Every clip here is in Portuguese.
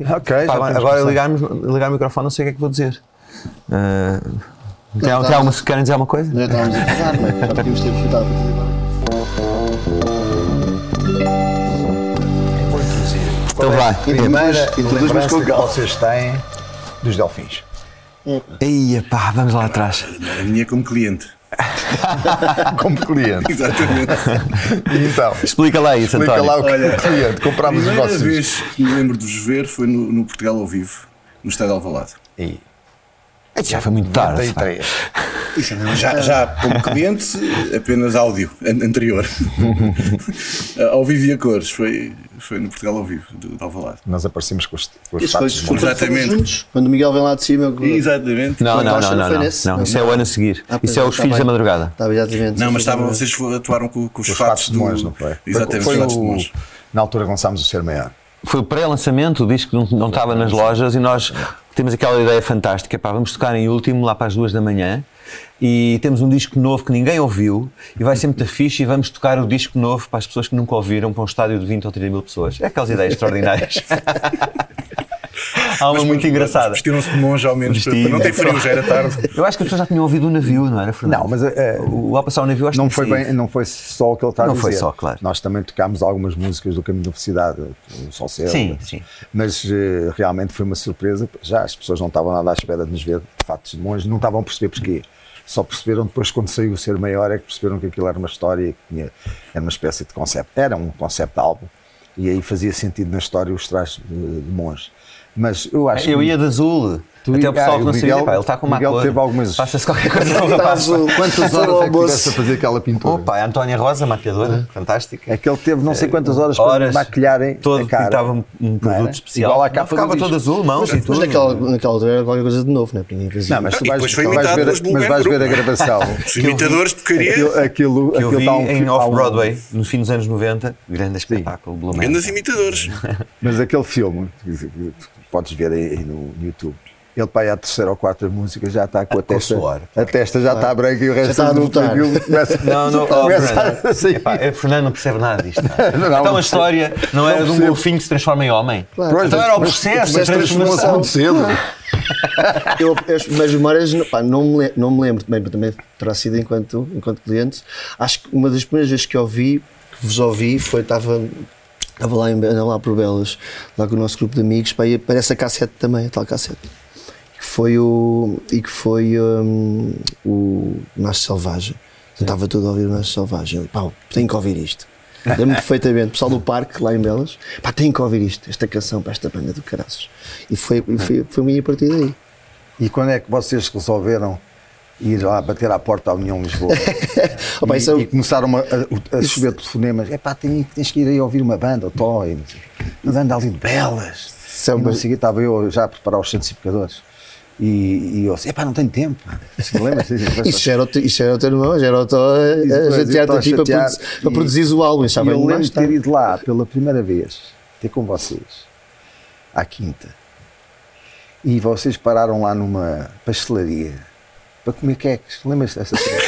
Ok, agora ligar o microfone, não sei o que é que vou dizer. Querem dizer alguma coisa? Já estávamos a falar, mas já podíamos ter aproveitado para dizer agora. Então vai. Primeira lembrança com que calma. vocês têm dos Delfins. Eia pá, vamos lá atrás. A minha como cliente. Como cliente. Exatamente. E então, Explica lá isso, explica António. lá o que é cliente. A Comprámos os primeira vossos. vez que me lembro de vos ver foi no Portugal ao vivo, no Estádio de Alvalade. E Já foi muito tarde. pá. 93. Já como cliente, apenas áudio anterior. Ao vivo e a cores, foi no Portugal ao vivo, de Alvalade. Nós aparecemos com os Isso foi fatos de quando monte. Exatamente. fomos juntos, quando o Miguel vem lá de cima. Exatamente. Não, foi nesse? não. Isso é o ano a seguir. Ah, Isso é os tá Filhos bem. da Madrugada. Estava exatamente. Não, mas vocês atuaram com os Os fatos de Mons, não foi? Exatamente, Foi os fatos de Mons. na altura lançámos o Ser Maior. Foi o pré-lançamento, o disco não estava nas lojas e nós temos aquela ideia fantástica, pá, vamos tocar em último lá para as 2 da manhã e temos um disco novo que ninguém ouviu e vai ser muito fixe e vamos tocar o disco novo para as pessoas que nunca ouviram para um estádio de 20 ou 30 mil pessoas. É aquelas ideias extraordinárias. Há uma muito engraçada. Vestiram-se de monge ao menos, para Vestiram. não ter frio, já era tarde. Eu acho que as pessoas já tinham ouvido o navio, não era, Fernando? Não, mas o Ao Passar o Navio acho não que foi sim. bem, não foi só o que ele está a Não dizer. foi só, claro. Nós também tocámos algumas músicas do Caminho da Felicidade, o Sol Cedo. Sim, sim. Mas realmente foi uma surpresa. Já as pessoas não estavam nada à espera de nos ver de fatos de monge, não estavam a perceber porquê. Só perceberam depois, quando saiu o Ser Maior, é que perceberam que aquilo era uma história, que era uma espécie de conceito. Era um conceito de álbum e aí fazia sentido na história os trajes de monge. Mas eu acho Eu ia de azul. Até o pessoal que não sabia, pá, ele está com uma Miguel cor. teve algumas... Passa-se qualquer coisa com o Está rapaz. azul. Quantas horas é que tivesse a fazer aquela pintura? Opa, a Antónia Rosa, maquiadora, fantástica. É que ele teve não sei quantas horas para maquilharem todo a cara. pintava um Não produto era? especial. Igual à capa ficava do disco. todo azul, mãos e Mas tudo. naquela altura era qualquer coisa de novo, né? Ninguém fazia. Não, mas tu E vais, depois foi tu vais imitado ver, pelos Blue mas Man vais ver a Group. gravação. Os imitadores de porcaria. Aquilo que eu vi está em Off-Broadway, no fim dos anos 90. Grande espetáculo, Blue Man. Grandes imitadores. Mas aquele filme, que podes ver aí no YouTube, ele para aí à terceira ou quarta música já está com a testa. suor. A testa já está branca e o resto está a do debutar. filme começa. Não, começa Fernando. a sair. Epá, Fernando não percebe nada disto. Não, Então a história não era de um percebo. golfinho que se transforma em homem. Claro. Então era o Mas processo, a mas transformou-se transformação. muito cedo. As memórias, pá, não me lembro bem, também terá sido enquanto cliente. Acho que uma das primeiras vezes que vos ouvi, estava lá por Belas, lá com o nosso grupo de amigos, pá, e aparece a cassete também, a tal cassete. Que foi o Nasce Selvagem. Eu estava todo a ouvir o Nasce Selvagem. Eu, pá, tenho que ouvir isto. Lembro-me perfeitamente, o pessoal do parque, lá em Belas, pá, tenho que ouvir isto, esta canção para esta banda do caraças. E foi a partir daí. E quando é que vocês resolveram ir lá bater à porta da União Lisboa? Opa, e começaram a chover telefonemas. É pá, tens que ir aí ouvir uma banda, Toy, uma banda ali de Belas. E não sei o quê, estava eu já a preparar os santificadores. E eu disse, epá, não tenho tempo. Lembra-se? Isso já era o teu irmão, já era o teu a chatear-te aqui para produzires o álbum. E eu lembro de ter ido lá pela primeira vez, ter com vocês, à quinta. E vocês pararam lá numa pastelaria para comer queques. Lembras-te dessa cena?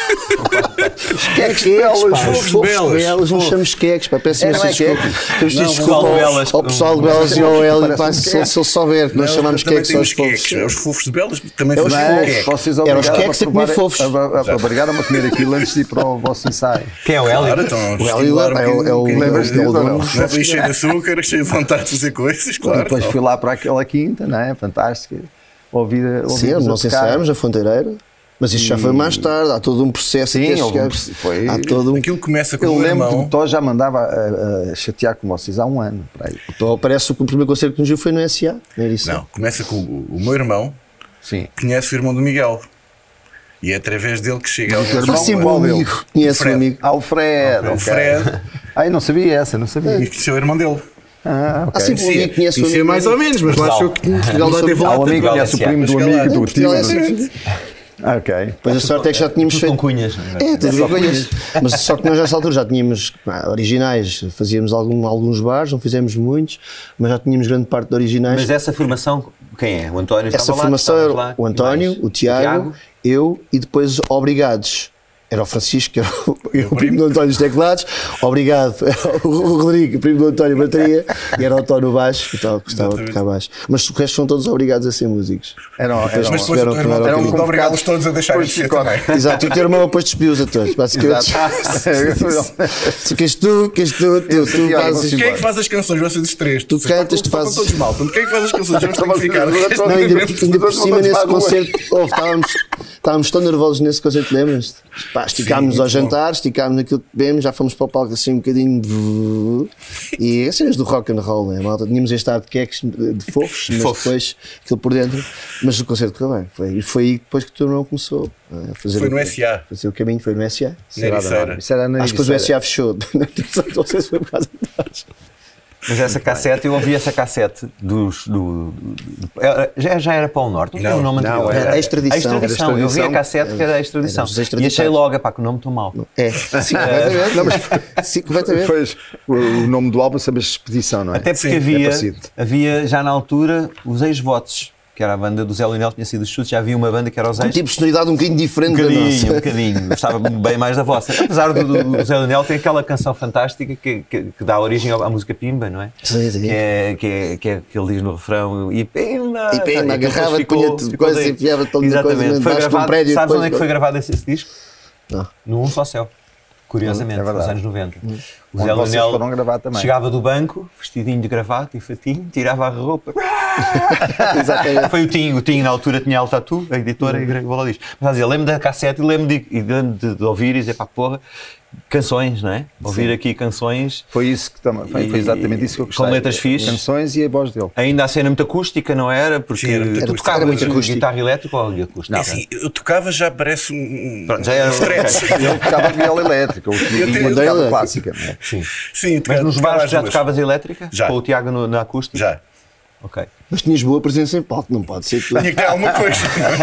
Os queques belas, fofos de Belas. não chamamos queques, pá, peço Não é desculpa. Temos de Não, desculpa o ao pessoal de Belas e ao Hélio, pá, Parece se ele souber que nós chamamos queques aos fofos. Os fofos de Belas também os faziam fofos. queque. Vocês Eram os obrigaram queques a comer fofos. Obrigaram-me a comer aquilo antes de ir para o vosso ensaio. Quem é o Hélio? Claro, então, O Hélio é o Lembras-te dele, dono. não? Não cheio de açúcar, cheio de vontade de fazer coisas, E claro. depois fui lá para aquela quinta, não é? Fantástica. Sim, nós ensaiámos a Fonteireira, mas isto já foi mais tarde, há todo um processo. Sim, até houve chegar- foi. há todo um... Aquilo começa com Eu o meu lembro que irmão. o Tó já mandava a chatear com vocês há um ano. Para aí. Então, parece que o primeiro concerto que nos viu foi no SA, não era isso? Não, começa com o meu irmão, Sim. conhece o irmão do Miguel. E é através dele que chega ao teu irmão? Sim, Qual meu deles? amigo, conhece o Fred. amigo. Ah, o Fred. O ok. Fred. Ah, eu não sabia essa, não sabia. E conheceu o irmão dele. Ah, ok. Sim, o amigo conhece o Isso é amigo. mais ou menos, mas lá achou que Portugal já teve Ah, lá. o amigo conhece o primo do amigo do tio. Portugal é assim. Ah, ok. Pois a sorte é que já tínhamos Tudo com feito. cunhas. É, tudo bem com isso. Mas só que nós nessa altura já tínhamos originais, fazíamos alguns bares, não fizemos muitos, mas já tínhamos grande parte de originais. Mas essa formação, quem é? O António Essa estava lá, formação estavas era lá, o e António, mais? o Tiago, eu e depois Obrigados. era o Francisco, que era o primo do António dos teclados, obrigado, o Rodrigo, primo do António bateria, e era o António baixo, que gostava de tocar baixo. Mas o resto são todos obrigados a ser músicos. Mas depois eram muito obrigados todos a deixarem de ser também. Exato, e o teu irmão depois despediu-os a todos, basicamente. Tu fazes... Quem é que faz as canções? Vocês os três. Tu cantas, tu fazes... todos mal. Quem é que faz as canções? Vamos ter que ficar. Não, ainda por cima nesse concerto, estávamos tão nervosos nesse concerto, lembras-te? Esticámos-nos ao jantar, esticámos naquilo que bebemos, já fomos para o palco assim um bocadinho e as cenas do rock and roll, né, malta? Tínhamos este ar de queques, de fofos, mas depois aquilo por dentro, mas o concerto correu bem. Foi aí depois que o teu irmão começou a fazer. Foi no SA. Fazer o caminho, foi no SA. Isso era na Acho que depois o SA fechou. Não sei se foi por causa de nós. Mas essa cassete, eu ouvi essa cassete já era para o Norte, não tem o nome anterior. Era Extradição. Eu vi a cassete que era a Extradição. E achei logo, pá, que o nome estou mal. Sim, completamente. Sim, completamente. Pois, o nome do álbum sabe a Expedição, não é? Até porque havia já na altura os ex-votos, que era a banda do Zé Leonel, tinha sido os chutes, já havia uma banda que era os ex. Tipo de sonoridade um bocadinho diferente da nossa. Um bocadinho, gostava bem mais da vossa. Apesar do Zé Leonel, tem aquela canção fantástica que dá origem à música Pimba, não é? Sim, sim. Que ele diz no refrão, e Pimba, agarrava-te, punha-te coisas e enfiava-te ali na coisa. Exatamente, foi gravado, sabes onde é que foi gravado esse disco? Não. No Um Só Céu. Curiosamente, nos anos 90. O Zé Leonel chegava do banco, vestidinho de gravata e fatinho, tirava a roupa. Foi o Tinho na altura tinha Alta Tatu, a editora, e gravou lá disto. Mas eu lembro da cassete e lembro de ouvir e dizer, pá, porra, canções, não é? Ouvir aqui canções. Foi isso que também, foi exatamente isso que eu gostei. Com letras fixes. Canções e a voz dele. Ainda a cena muito acústica, não era? Porque tu tocavas guitarra elétrica ou acústica? Não, assim, eu tocava já parece um... Pronto, já era eu tocava viola elétrica, eu tocava clássica. Sim, mas nos bares já tocavas elétrica? Já. Com o Tiago na acústica? Já. Ok. Mas tinhas boa presença em palco, não pode ser tu. Tinha que ter alguma coisa.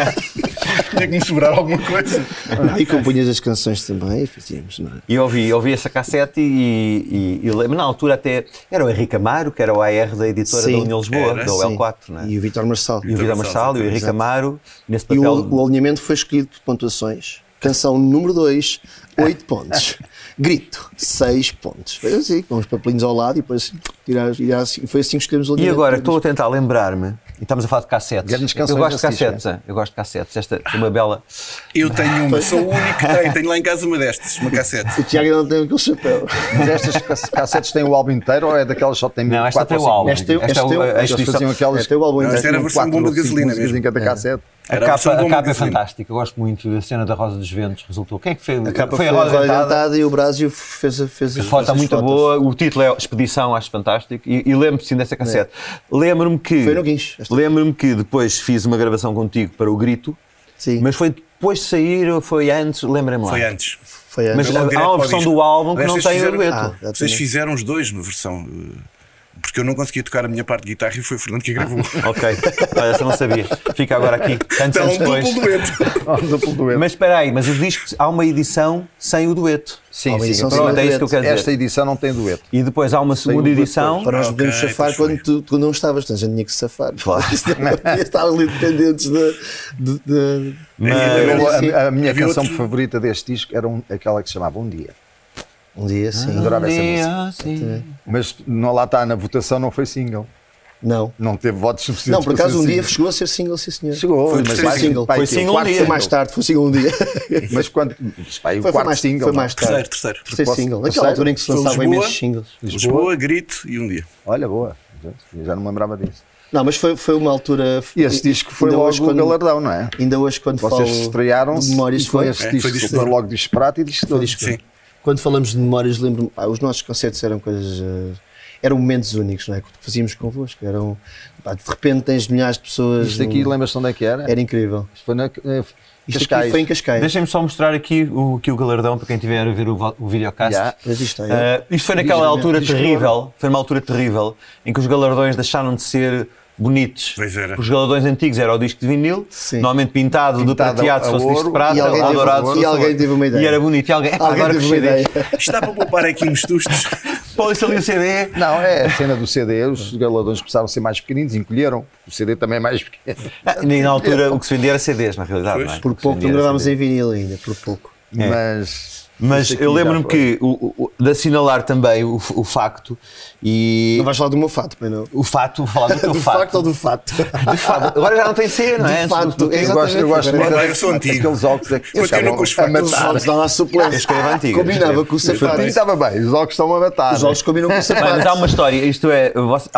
Tinha que me sobrar alguma coisa. E compunhas as canções também, fazíamos, não é? E ouvi essa cassete e lembro, na altura até era o Henrique Amaro, que era o AR da editora da União Lisboa, da UL4, não é? E o Vítor Marçal. E o Vítor Marçal e o Henrique Amaro, nesse papel. E o alinhamento foi escolhido por pontuações. Canção número 2, 8 pontos. Grito, 6 pontos. Foi assim, com uns papelinhos ao lado e depois tirar assim. Foi assim que escolhemos o alinhamento. E agora estou a tentar lembrar-me, e estamos a falar de cassetes. Eu gosto de cassetes, eu gosto de cassetes. Esta é uma bela. Eu tenho uma, sou o único que tenho lá em casa uma destas, uma cassete. O Tiago não tem aquele chapéu. Mas estas cassetes têm o álbum inteiro ou é daquelas só tem 4 não, esta tem o álbum. Esta eles faziam aquelas. Este é o álbum inteiro. Esta era a versão bomba de gasolina mesmo. Em cada cassete. A capa é fantástica, eu gosto muito da cena da Rosa dos Ventos, resultou. Quem é que fez? A capa foi a Rosa Dentada e o Brásio fez a foto está muito boa, o título é Expedição, acho fantástico, e lembro-me dessa cassete. Lembro-me que... Foi no Guincho. Lembro-me que depois fiz uma gravação contigo para o Grito, sim. Mas foi depois de sair ou foi antes, lembrem-me lá. Foi antes. Mas há uma versão do álbum que não tem o dueto. Vocês fizeram os dois na versão... Porque eu não conseguia tocar a minha parte de guitarra e foi o Fernando que gravou. Ok, olha, essa não sabia. Fica agora aqui, tantos anos depois. Duplo dueto. Mas espera aí, mas os discos, há uma edição sem o dueto. Sim, pronto, é isso que eu quero dizer. Esta edição não tem dueto. E depois há uma segunda edição. Para nós podemos safar quando tu não estavas, portanto, a gente tinha que safar. Claro. Estávamos ali dependentes de... A minha canção favorita deste disco era aquela que se chamava Um Dia. Um dia, sim. Adorava essa música. Mas lá está, na votação não foi single. Não. Não teve votos suficientes. Não, por acaso um dia chegou a ser single, sim senhor. Chegou, foi single. Foi single um dia. Foi mais tarde, foi single um dia. Mas quando. O quarto single. Foi mais tarde. Terceiro. Foi single. Naquela altura em que se lançavam imensos singles. Lisboa, Grito e Um Dia. Olha, boa. Já não me lembrava disso. Não, mas foi uma altura. E esse disco foi logo o galardão, não é? Ainda hoje, quando vocês estrearam-se. Memórias foi esse disco. Foi logo disparado e disco todo. Sim. Quando falamos de memórias, lembro-me, os nossos concertos eram coisas, eram momentos únicos, não é? Que fazíamos convosco, eram, de repente tens milhares de pessoas. Isto aqui, lembras-te onde é que era? Era incrível. Isto foi Isto aqui foi em Cascais. Deixem-me só mostrar aqui o galardão para quem estiver a ver o videocast. Isto foi naquela altura terrível, foi uma altura terrível, em que os galardões deixaram de ser bonitos. Os galardões antigos era o disco de vinil, normalmente pintado de prateado, se fosse disco de prata, dourado. E alguém teve uma ideia. E era bonito. E alguém teve uma ideia. Está para poupar aqui uns tustos. Põe-se ali o CD. Não, é a cena do CD. Os galardões começaram a ser mais pequeninos, encolheram. O CD também é mais pequeno. E na altura o que se vendia era CDs, na realidade. Não é? Por pouco, não gravámos em vinil ainda, por pouco. Mas eu lembro-me que de assinalar também o facto e... Não vais falar do meu fato, bem não? O fato, falar do teu Do fato. facto ou do fato? De fato. Agora já não tem ser, não é? Do fato, Eu gosto muito Eu sou antigo. daqueles óculos que Continua com os factos. Os jogos dão lá suplência. Eu escrevo antigo. Combinava com o Para mim sapato. estava bem, os óculos estão a matar. Os jogos combinam com o Bem, mas há sapato. uma história, isto é,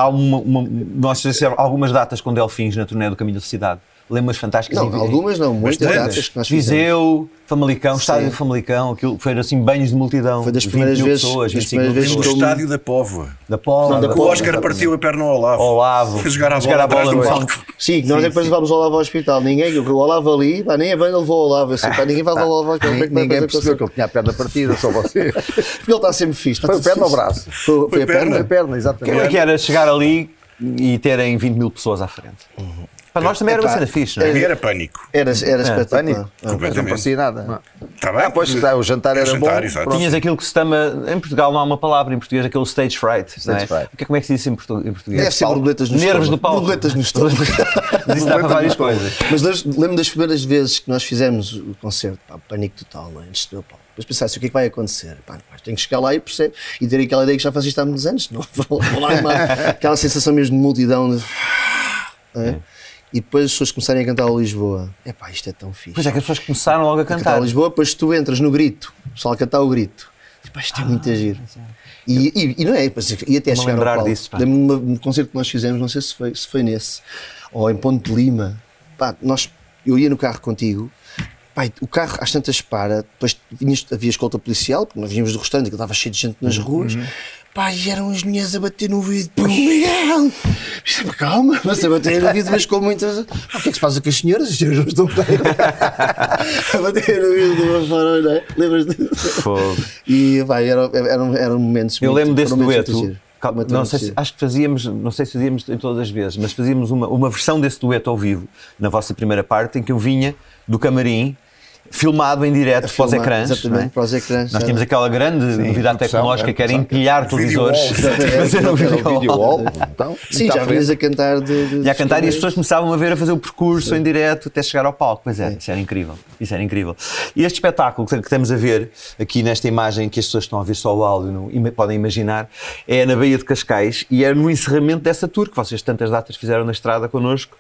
nós fizemos algumas datas com Delfins na turnê do Caminho da Cidade. Lembras fantásticas? Não, algumas não, muitas Bastantes. datas que nós fizemos. Viseu, Famalicão, estádio Sim. de Famalicão, aquilo foi assim banhos de multidão. Foi das 20 primeiras mil vezes- pessoas, das 25 mil primeiras vezes No pessoas. que eu- estádio da Póvoa. Da Póvoa, da O Póvoa, Oscar partiu a perna ao Olavo. Olavo. Foi jogar a bola atrás do no palco. palco. Sim, nós é que depois levámos o Olavo ao hospital. Ninguém, o Olavo ali, pá, nem a banda levou o Olavo. Eu sei, pá, ninguém vai levar o Olavo ao hospital. Como é que vai Ninguém fazer percebeu que com ele tinha a perna partida, só você. Porque ele está sempre fixe. Foi a perna ou o braço? Foi a perna. Foi a perna, Como é exatamente. que era chegar ali e terem 20 mil pessoas à frente? Para nós também era uma cena fixe, não é? Para mim era pânico. Era espetacular. Pânico. Mas não Completamente. parecia nada. Está bem? Pois, o jantar era bom. Exato. Pronto. Tinhas aquilo que se chama, em Portugal não há uma palavra, em português, aquele stage fright. Não é? Stage fright. Como é que se diz isso em português? Deve ser borboletas no Nervos estômago. do palco. Borboletas no estômago. Mas isso dá para várias coisas. Mas lembro das primeiras vezes que nós fizemos o concerto, pá, pânico total, não é? Antes de subir ao palco. Depois pensasse, o que é que vai acontecer? Pá, tenho que chegar lá e perceber. E ter aquela ideia que já fazia isto há muitos anos. Não, vou lá mais. Aquela sensação mesmo de multidão. É? E depois as pessoas começarem a cantar a Lisboa. Epá, isto é tão fixe. Pois é que as pessoas começaram logo a Cantar cantar. a Lisboa, depois tu entras no grito, o pessoal a cantar o grito. Pá, isto é muito giro. E não é, e até chegar ao lembrar palco. disso, pá. Lembro-me de um concerto que nós fizemos, não sei se foi nesse, ou em Ponte de Lima. Pá, eu ia no carro contigo, pá, o carro às tantas para, depois havia escolta policial, porque nós vínhamos do restaurante, que estava cheio de gente nas ruas. Pá, e eram as mulheres a bater no vidro. Pô, Miguel! Calma, mas a bater no vidro, mas com muitas. O que é que se passa com as senhoras? As senhoras não estão bem. A bater no vidro de uma forma, não é? Lembras disso? Fogo. E vai, eram momentos. Eu lembro desse foram momentos dueto. muito giros. Muito Não sei giro. acho que fazíamos, não sei se fazíamos em todas as vezes, mas fazíamos uma versão desse dueto ao vivo, na vossa primeira parte, em que eu vinha do camarim, filmado em direto para os ecrãs. Exatamente, não é? para os ecrãs. Nós tínhamos aquela grande novidade tecnológica que era empilhar televisores, fazer um Video wall. Então, Sim, está já à frente. vinhas a cantar e a cantar, e as pessoas começavam a ver a fazer o percurso em direto até chegar ao palco. Pois é, isso era incrível. Isso era incrível. E este espetáculo que estamos a ver aqui nesta imagem, que as pessoas estão a ver só o áudio, podem imaginar, é na Baía de Cascais e é no encerramento dessa tour que vocês tantas datas fizeram na estrada connosco.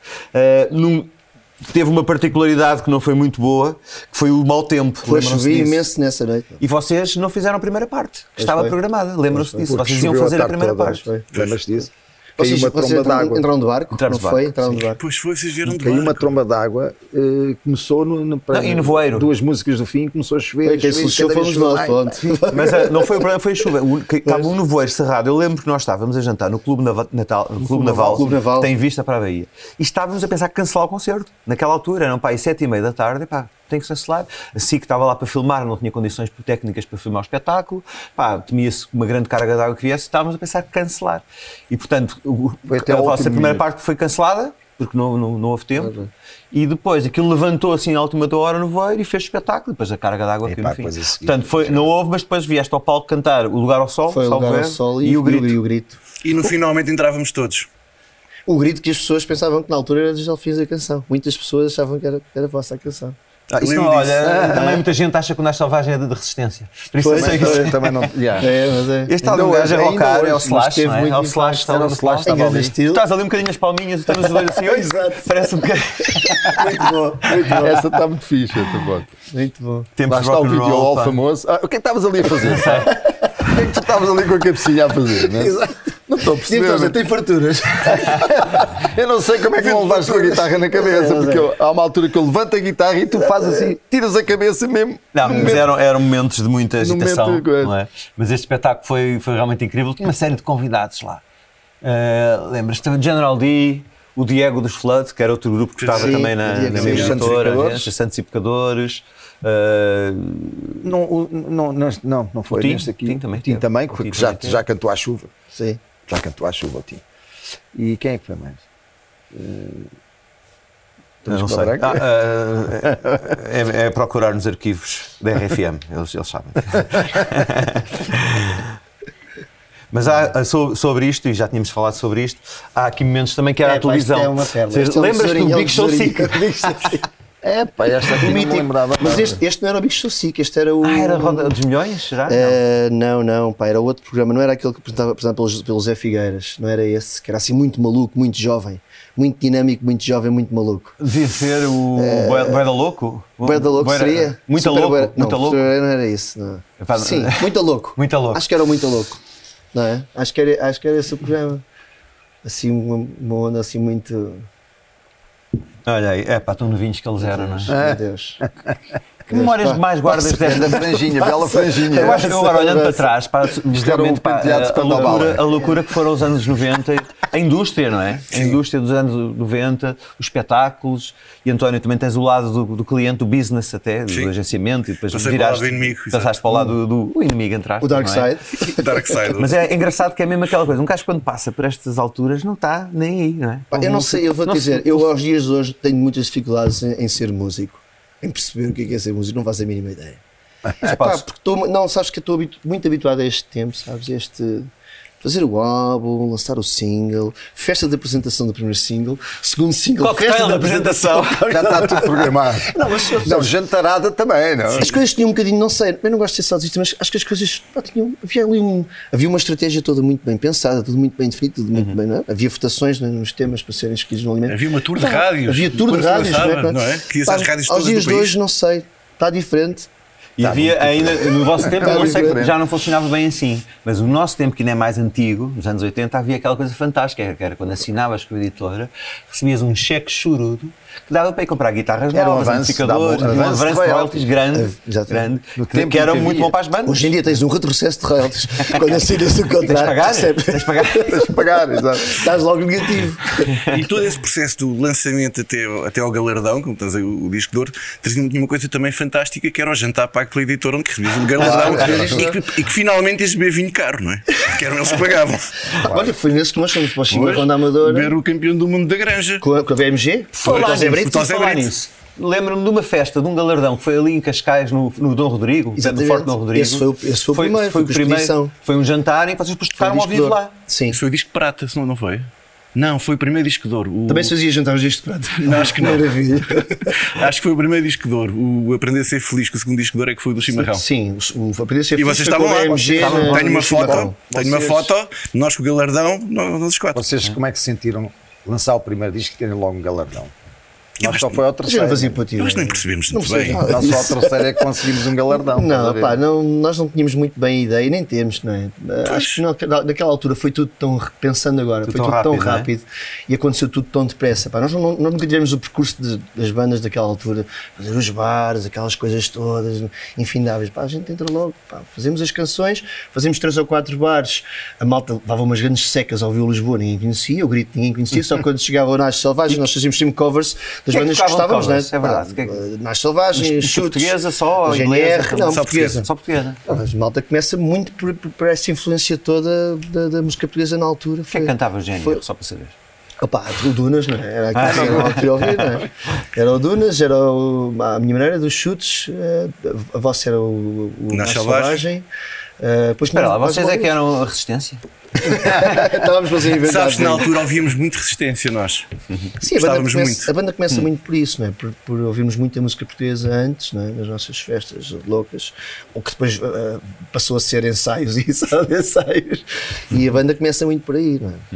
Teve uma particularidade que não foi muito boa, que foi o mau tempo. Depois Lembram-se chovi disso? imenso nessa noite. E vocês não fizeram a primeira parte, que estava foi. programada. Lembram-se disso? Porque Vocês iam choveu fazer a tarde primeira toda. parte. Lembras disso? Caiu Vocês uma tromba d'água. entraram de barco? Entramos Não de foi? barco, Entraram de barco. Pois foi, vocês vieram de Caiu uma barco. tromba d'água, começou E nevoeiro. duas músicas do fim, começou a chover. Foi, quem se lixou cada vez fomos nós, choveu mais. pronto. Mas não foi o problema, foi a chuva. Estava um nevoeiro cerrado. Eu lembro que nós estávamos a jantar no Clube Naval, Clube Naval. que tem vista para a Bahia. E estávamos a pensar que cancelar o concerto. Naquela altura, eram aí 7h30 da tarde, e pá, tem que cancelar. A SIC estava lá para filmar, não tinha condições técnicas para filmar o espetáculo. Pá, temia-se uma grande carga de água que viesse, estávamos a pensar que cancelar. E portanto, Foi até a ao vossa último primeira minuto. parte foi cancelada, porque não houve tempo. E depois aquilo levantou assim à última da hora no voeiro e fez o espetáculo. E depois a carga de água caiu no fim. depois a seguir, Portanto, não houve, mas depois vieste ao palco cantar O Lugar ao Sol, Foi o salvo lugar ao erro, sol e o grito. E o grito. E no finalmente entrávamos todos. O grito que as pessoas pensavam que na altura era dos Delfins a canção. Muitas pessoas achavam que era a vossa canção. Isso lembro não, disso. olha, também muita gente acha que o Nas Selvagem é de resistência. Por isso eu sei que isso. Também não. Yeah. É, mas é. Este tal Ainda um gajo é hoje, rocar, ainda é o hoje, Slash, mas teve não é? muito É o Slash, impacto. estava Era o no Slash, Slash. Em grande ali. Tu estilo. estás ali um bocadinho as palminhas e estamos os dois assim, oi, Exato. parece um bocadinho. Muito bom, muito bom. Essa está muito fixe, essa bom. Muito bom. Tempos Lá de está o rock and vídeo roll, all pá. famoso. O que é que estavas ali a fazer? O que é que tu estavas ali com a cabecinha a fazer? Não é? Exato. Não estou a Sim, então, perceber. tem farturas. Eu não sei como é que não levaste a guitarra na cabeça, porque há uma altura que eu levanto a guitarra e tu fazes assim, tiras a cabeça mesmo. Não, no mas momento. eram momentos de muita No momento agitação, de coisa. não é? Mas este espetáculo foi realmente incrível. Tinha uma série de convidados lá. Lembras-te? O General D, o Diego dos Flood, que era outro grupo que estava Sim, também o na Diego, minha sim. editora, Santos e os Santos e Pecadores. Não foi O Tim? neste aqui. Tim também O Tim teve. também, O Tim porque também teve. já cantou à chuva. Sim. Já cantou à chuva o Tim. E quem é que foi mais? Não sei. Braga? É procurar nos arquivos da RFM, eles sabem. Mas sobre isto, e já tínhamos falado sobre isto, há aqui momentos também que era a televisão. É uma pérola. Vocês Isto é um lembras-te do tesourinho, Big Show tesourinho. 5? É, pá, esta aqui não me lembrava. Mas este não era o Big Show Sick, este era o... Era a Roda dos Milhões, será? Não, pá, era outro programa, não era aquele que apresentava pelo Zé Figueiras, não era esse, que era assim muito maluco, muito jovem, muito dinâmico, muito jovem, muito maluco. Devia ser o Boeda Louco? Boeda Louco seria? Muito louco, muito louco. Não era isso, não. Sim, muito louco. Muito louco. Acho que era o Muito Louco, não é? Acho que era esse o programa. Assim, uma onda assim muito... Olha aí, tão novinhos que eles eram, não é? Meu Deus. Que memórias mais guardas desta franjinha, bela franjinha. Eu acho que agora olhando para trás, realmente a loucura que foram os anos 90, a indústria, não é? A indústria dos anos 90, os espetáculos, e António, também tens o lado do cliente, do business até, do agenciamento, e depois passaste para o lado do inimigo, entre aspas. O Dark Side. Dark Side. Mas é engraçado que é mesmo aquela coisa, um gajo quando passa por estas alturas não está nem aí, não é? Eu não sei, eu vou-te dizer, eu aos dias de hoje tenho muitas dificuldades em ser músico, em perceber o que é ser músico, não faço a mínima ideia. Porque sabes que eu estou muito habituado a este tempo, sabes? Fazer o álbum, lançar o single, festa de apresentação do primeiro single, segundo single, festa de apresentação. Já está tudo programado. Não, jantarada também, não? As coisas tinham um bocadinho, não sei, eu não gosto de ser saudosista, mas acho que as coisas havia uma estratégia toda muito bem pensada, tudo muito bem definido, tudo muito bem, não é? Havia votações nos temas para serem escolhidos no alimento. Havia uma tour de rádios. Havia tour de rádios, não é? Que ia às rádios todas aos dias do de país. hoje, não sei, está diferente. E havia ainda, no vosso tempo, eu não sei que já não funcionava bem assim, mas o nosso tempo, que ainda é mais antigo, nos anos 80, havia aquela coisa fantástica, que era quando assinavas com a editora, recebias um cheque chorudo que dava para ir comprar guitarras novas, amplificadores, um avanço de royalties grande, que era muito bom para as bandas. Hoje em dia tens um retrocesso de royalties. Quando assinas o contrato, tens de pagar, exato. Estás logo negativo. E todo esse processo do lançamento até ao galardão, como estás aí o disco de ouro, trazia uma coisa também fantástica, que era o jantar pago pela editora, onde recebias um galardão e que finalmente ias beber vinho caro, não é? Que eram eles que pagavam. Olha, foi nesse que nós fomos para o Chico Ronda Amadora. Ver o campeão do mundo da granja. Com a BMG? Falar nisso. Lembro-me de uma festa, de um galardão que foi ali em Cascais, no Dom Rodrigo, no Forte Dom Rodrigo. Esse foi o primeiro. Foi um jantar em que vocês depois tocaram ao vivo lá. Sim. Isso foi o disco de prata, senão não foi? Não, foi o primeiro disco de ouro. Também se fazia jantar os discos de prata. Não, acho que não. Maravilha. Acho que foi o primeiro disco de ouro. O Aprender a Ser Feliz, que o segundo disco de ouro é que foi o do Chimarrão. Sim, o Aprender a Ser Feliz. E vocês estavam lá. Tenho uma foto, nós com o galardão, nós quatro. Vocês como é que se sentiram lançar o primeiro disco e terem logo um galardão? Nós só foi ao terceiro. Nós nem percebemos muito bem. Nós só ao terceiro é que conseguimos um galardão. Nós não tínhamos muito bem a ideia, nem temos, não é? Acho que naquela altura foi tudo tão, pensando agora, foi tudo tão rápido e aconteceu tudo tão depressa. Nós nunca tivemos o percurso das bandas daquela altura, fazer os bares, aquelas coisas todas, infindáveis. A gente entra logo, fazemos as canções, fazemos 3 ou 4 bares, a malta levava umas grandes secas ao Viu Lisboa, ninguém conhecia, o grito ninguém conhecia, só quando chegava o Nasce Selvagem nós fazíamos sempre covers das bandas que gostávamos, não é? É verdade. Nasce Selvagem, Chutes, portuguesa só, GNR, não, portuguesa. Só portuguesa. A malta começa muito por essa influência toda da música portuguesa na altura. O que é que cantava o GNR, só para saber? O Dunas, não é? Era aquilo que eu queria ouvir, não é? Era o Dunas, era a minha maneira dos Chutes, a vossa era o Nasce Selvagem. Espera lá, vocês é que eram a Resistência? Estávamos a fazer inventar. Sabes que na altura ouvíamos muito Resistência, nós. Sim, a banda começa muito por isso, não é? Por ouvirmos muita música portuguesa antes, não é? Nas nossas festas loucas, ou que depois passou a ser ensaios e sala de ensaios. E a banda começa muito por aí, não é?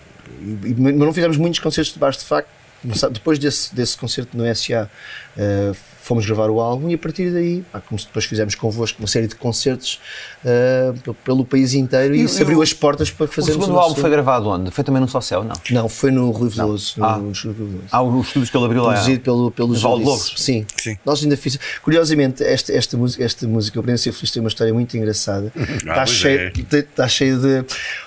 Mas não fizemos muitos concertos de baixo, de facto. Depois desse concerto no SA, fomos gravar o álbum e a partir daí, como depois fizemos convosco uma série de concertos pelo país inteiro e isso abriu as portas para fazermos. O segundo álbum foi gravado onde? Foi também no Só Céu, não? Não, foi no Rui Veloso. Os estúdios que ele abriu lá. Produzido pelo Valdo Lobos. Sim. Nós ainda fizemos. Curiosamente, esta música, Aprender a Ser Feliz, tem uma história muito engraçada. Está cheio de.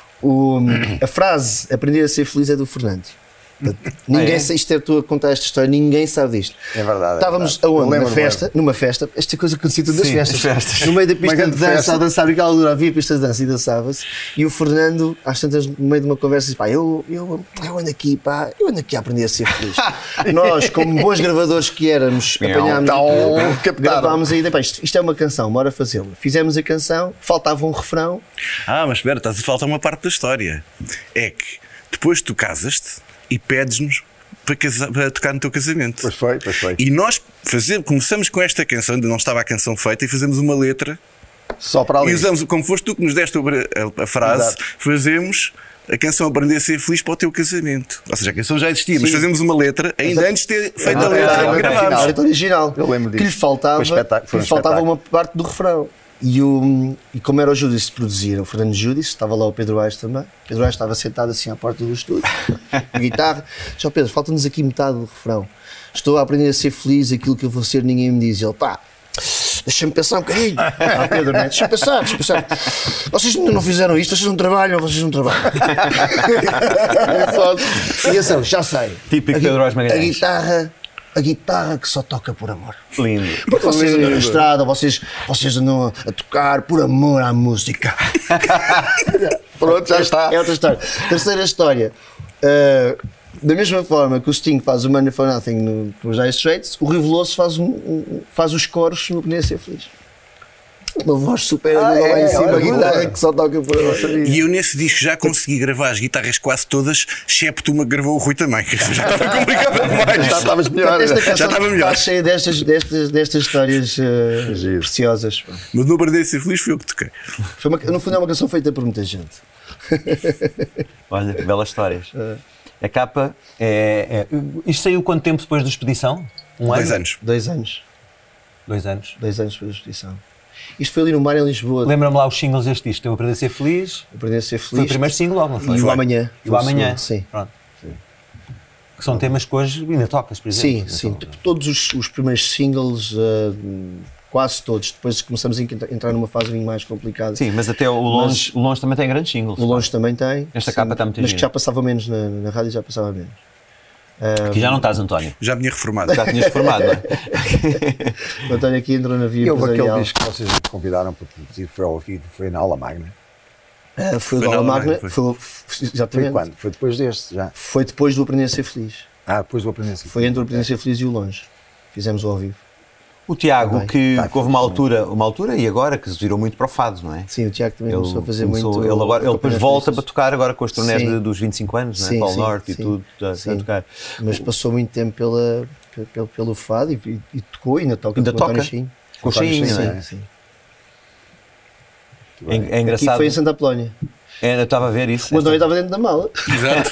A frase Aprender a Ser Feliz é do Fernando. Ninguém sabe, isto é tu a contar esta história, ninguém sabe disto. É verdade. Estávamos aonde? Numa festa, esta coisa que acontecia todas as festas. No meio da pista de dança, a dançar, naquela altura havia pista de dança e dançava-se. E o Fernando, às tantas, no meio de uma conversa, disse: eu ando aqui, eu ando aqui a aprender a ser feliz. Nós, como bons gravadores que éramos, apanhámos, gravámos a ideia, isto é uma canção, bora fazê-la. Fizemos a canção, faltava um refrão. Mas espera, estás a faltar uma parte da história. É que depois tu casas-te e pedes-nos para tocar no teu casamento. Pois foi. E nós começamos com esta canção, ainda não estava a canção feita, e fazemos uma letra. Só para ali. E usamos, como foste tu que nos deste a frase, Exato. fazemos a canção Aprender a Ser Feliz para o teu casamento. Ou seja, a canção já existia, mas fazemos uma letra ainda antes de ter feito a letra que gravámos. A letra original. Eu lembro disso. Que lhe faltava, Foi espetáculo, foi um que lhe faltava espetáculo. uma parte do refrão. E como era o Judice de produzir, o Fernando Judice, estava lá o Pedro Aires também. O Pedro Aires estava sentado assim à porta do estúdio, com guitarra. Já Pedro, falta-nos aqui metade do refrão. Estou a aprender a ser feliz, aquilo que eu vou ser ninguém me diz. E ele, pá, deixa-me pensar um bocadinho. Pedro, né? Deixa-me pensar. Vocês ainda não fizeram isto, vocês não trabalham. E assim, já sei. Típico Pedro Aires Magalhães. A guitarra que só toca por amor. Lindo. Porque vocês andam na estrada, vocês andam a tocar por amor à música. Pronto, já está. É outra história. Terceira história. Da mesma forma que o Sting faz o Money for Nothing nos Dire Straits, o Rui Veloso faz os coros no Aprender a Ser Feliz. Uma voz super lá em cima, a guitarra que só toca por amor. E eu nesse disco já consegui gravar as guitarras quase todas, excepto uma que gravou o Rui também, que já estava complicado demais. Já estavas melhor. Esta Já canção estava melhor. está cheia destas histórias preciosas. Mas no Aprender a Ser Feliz foi eu que toquei. No fundo é uma canção feita por muita gente. Olha, belas histórias. A capa é. Isto saiu quanto tempo depois da expedição? 2 anos. 2 anos. 2 anos. 2 anos depois da expedição. Isto foi ali no mar em Lisboa. Lembra-me lá os singles deste disco. Eu Aprender a Ser Feliz. Aprender a Ser Feliz. Foi o primeiro single logo, não foi? E o Amanhã. E o Amanhã. Sim. Pronto. Que são temas que hoje ainda tocas, por exemplo. Sim. Todos os primeiros singles, quase todos. Depois começamos a entrar numa fase mais complicada. Sim, mas até o Longe também tem grandes singles. O Longe também tem. Esta capa está muito Mas gira. que já passava menos na rádio, já passava menos. Aqui já não estás, António. Já me tinha reformado. Já tinhas formado, não é? O António aqui entrou na via E houve aquele empresarial. disco que vocês me convidaram para produzir, foi ao ouvido, foi na Aula Magna. Foi o Foi Dala na Magna. Magna, Foi Foi exatamente. quando? Foi depois deste, já. Foi depois do Aprender a Ser Feliz. Depois do Aprender a Ser Foi entre o Aprender a Ser Feliz e o Longe. Fizemos o ao vivo. O Tiago, Bem, que tá, houve uma altura e agora que se virou muito para o fado, não é? Sim, o Tiago também começou a fazer começou- muito. Ele depois volta para tocar agora com as turnés Sim. dos 25 anos, não é? Sim, Polo sim, Norte e sim. tudo, a Sim. tocar. Mas passou muito tempo pelo fado e tocou, ainda toca Ainda com o António toca? Chinho. Com o Chinho, não é? Sim, sim. É Aqui engraçado. foi em Santa Apolónia. Eu estava a ver isso. O António estava dentro da mala. Exato.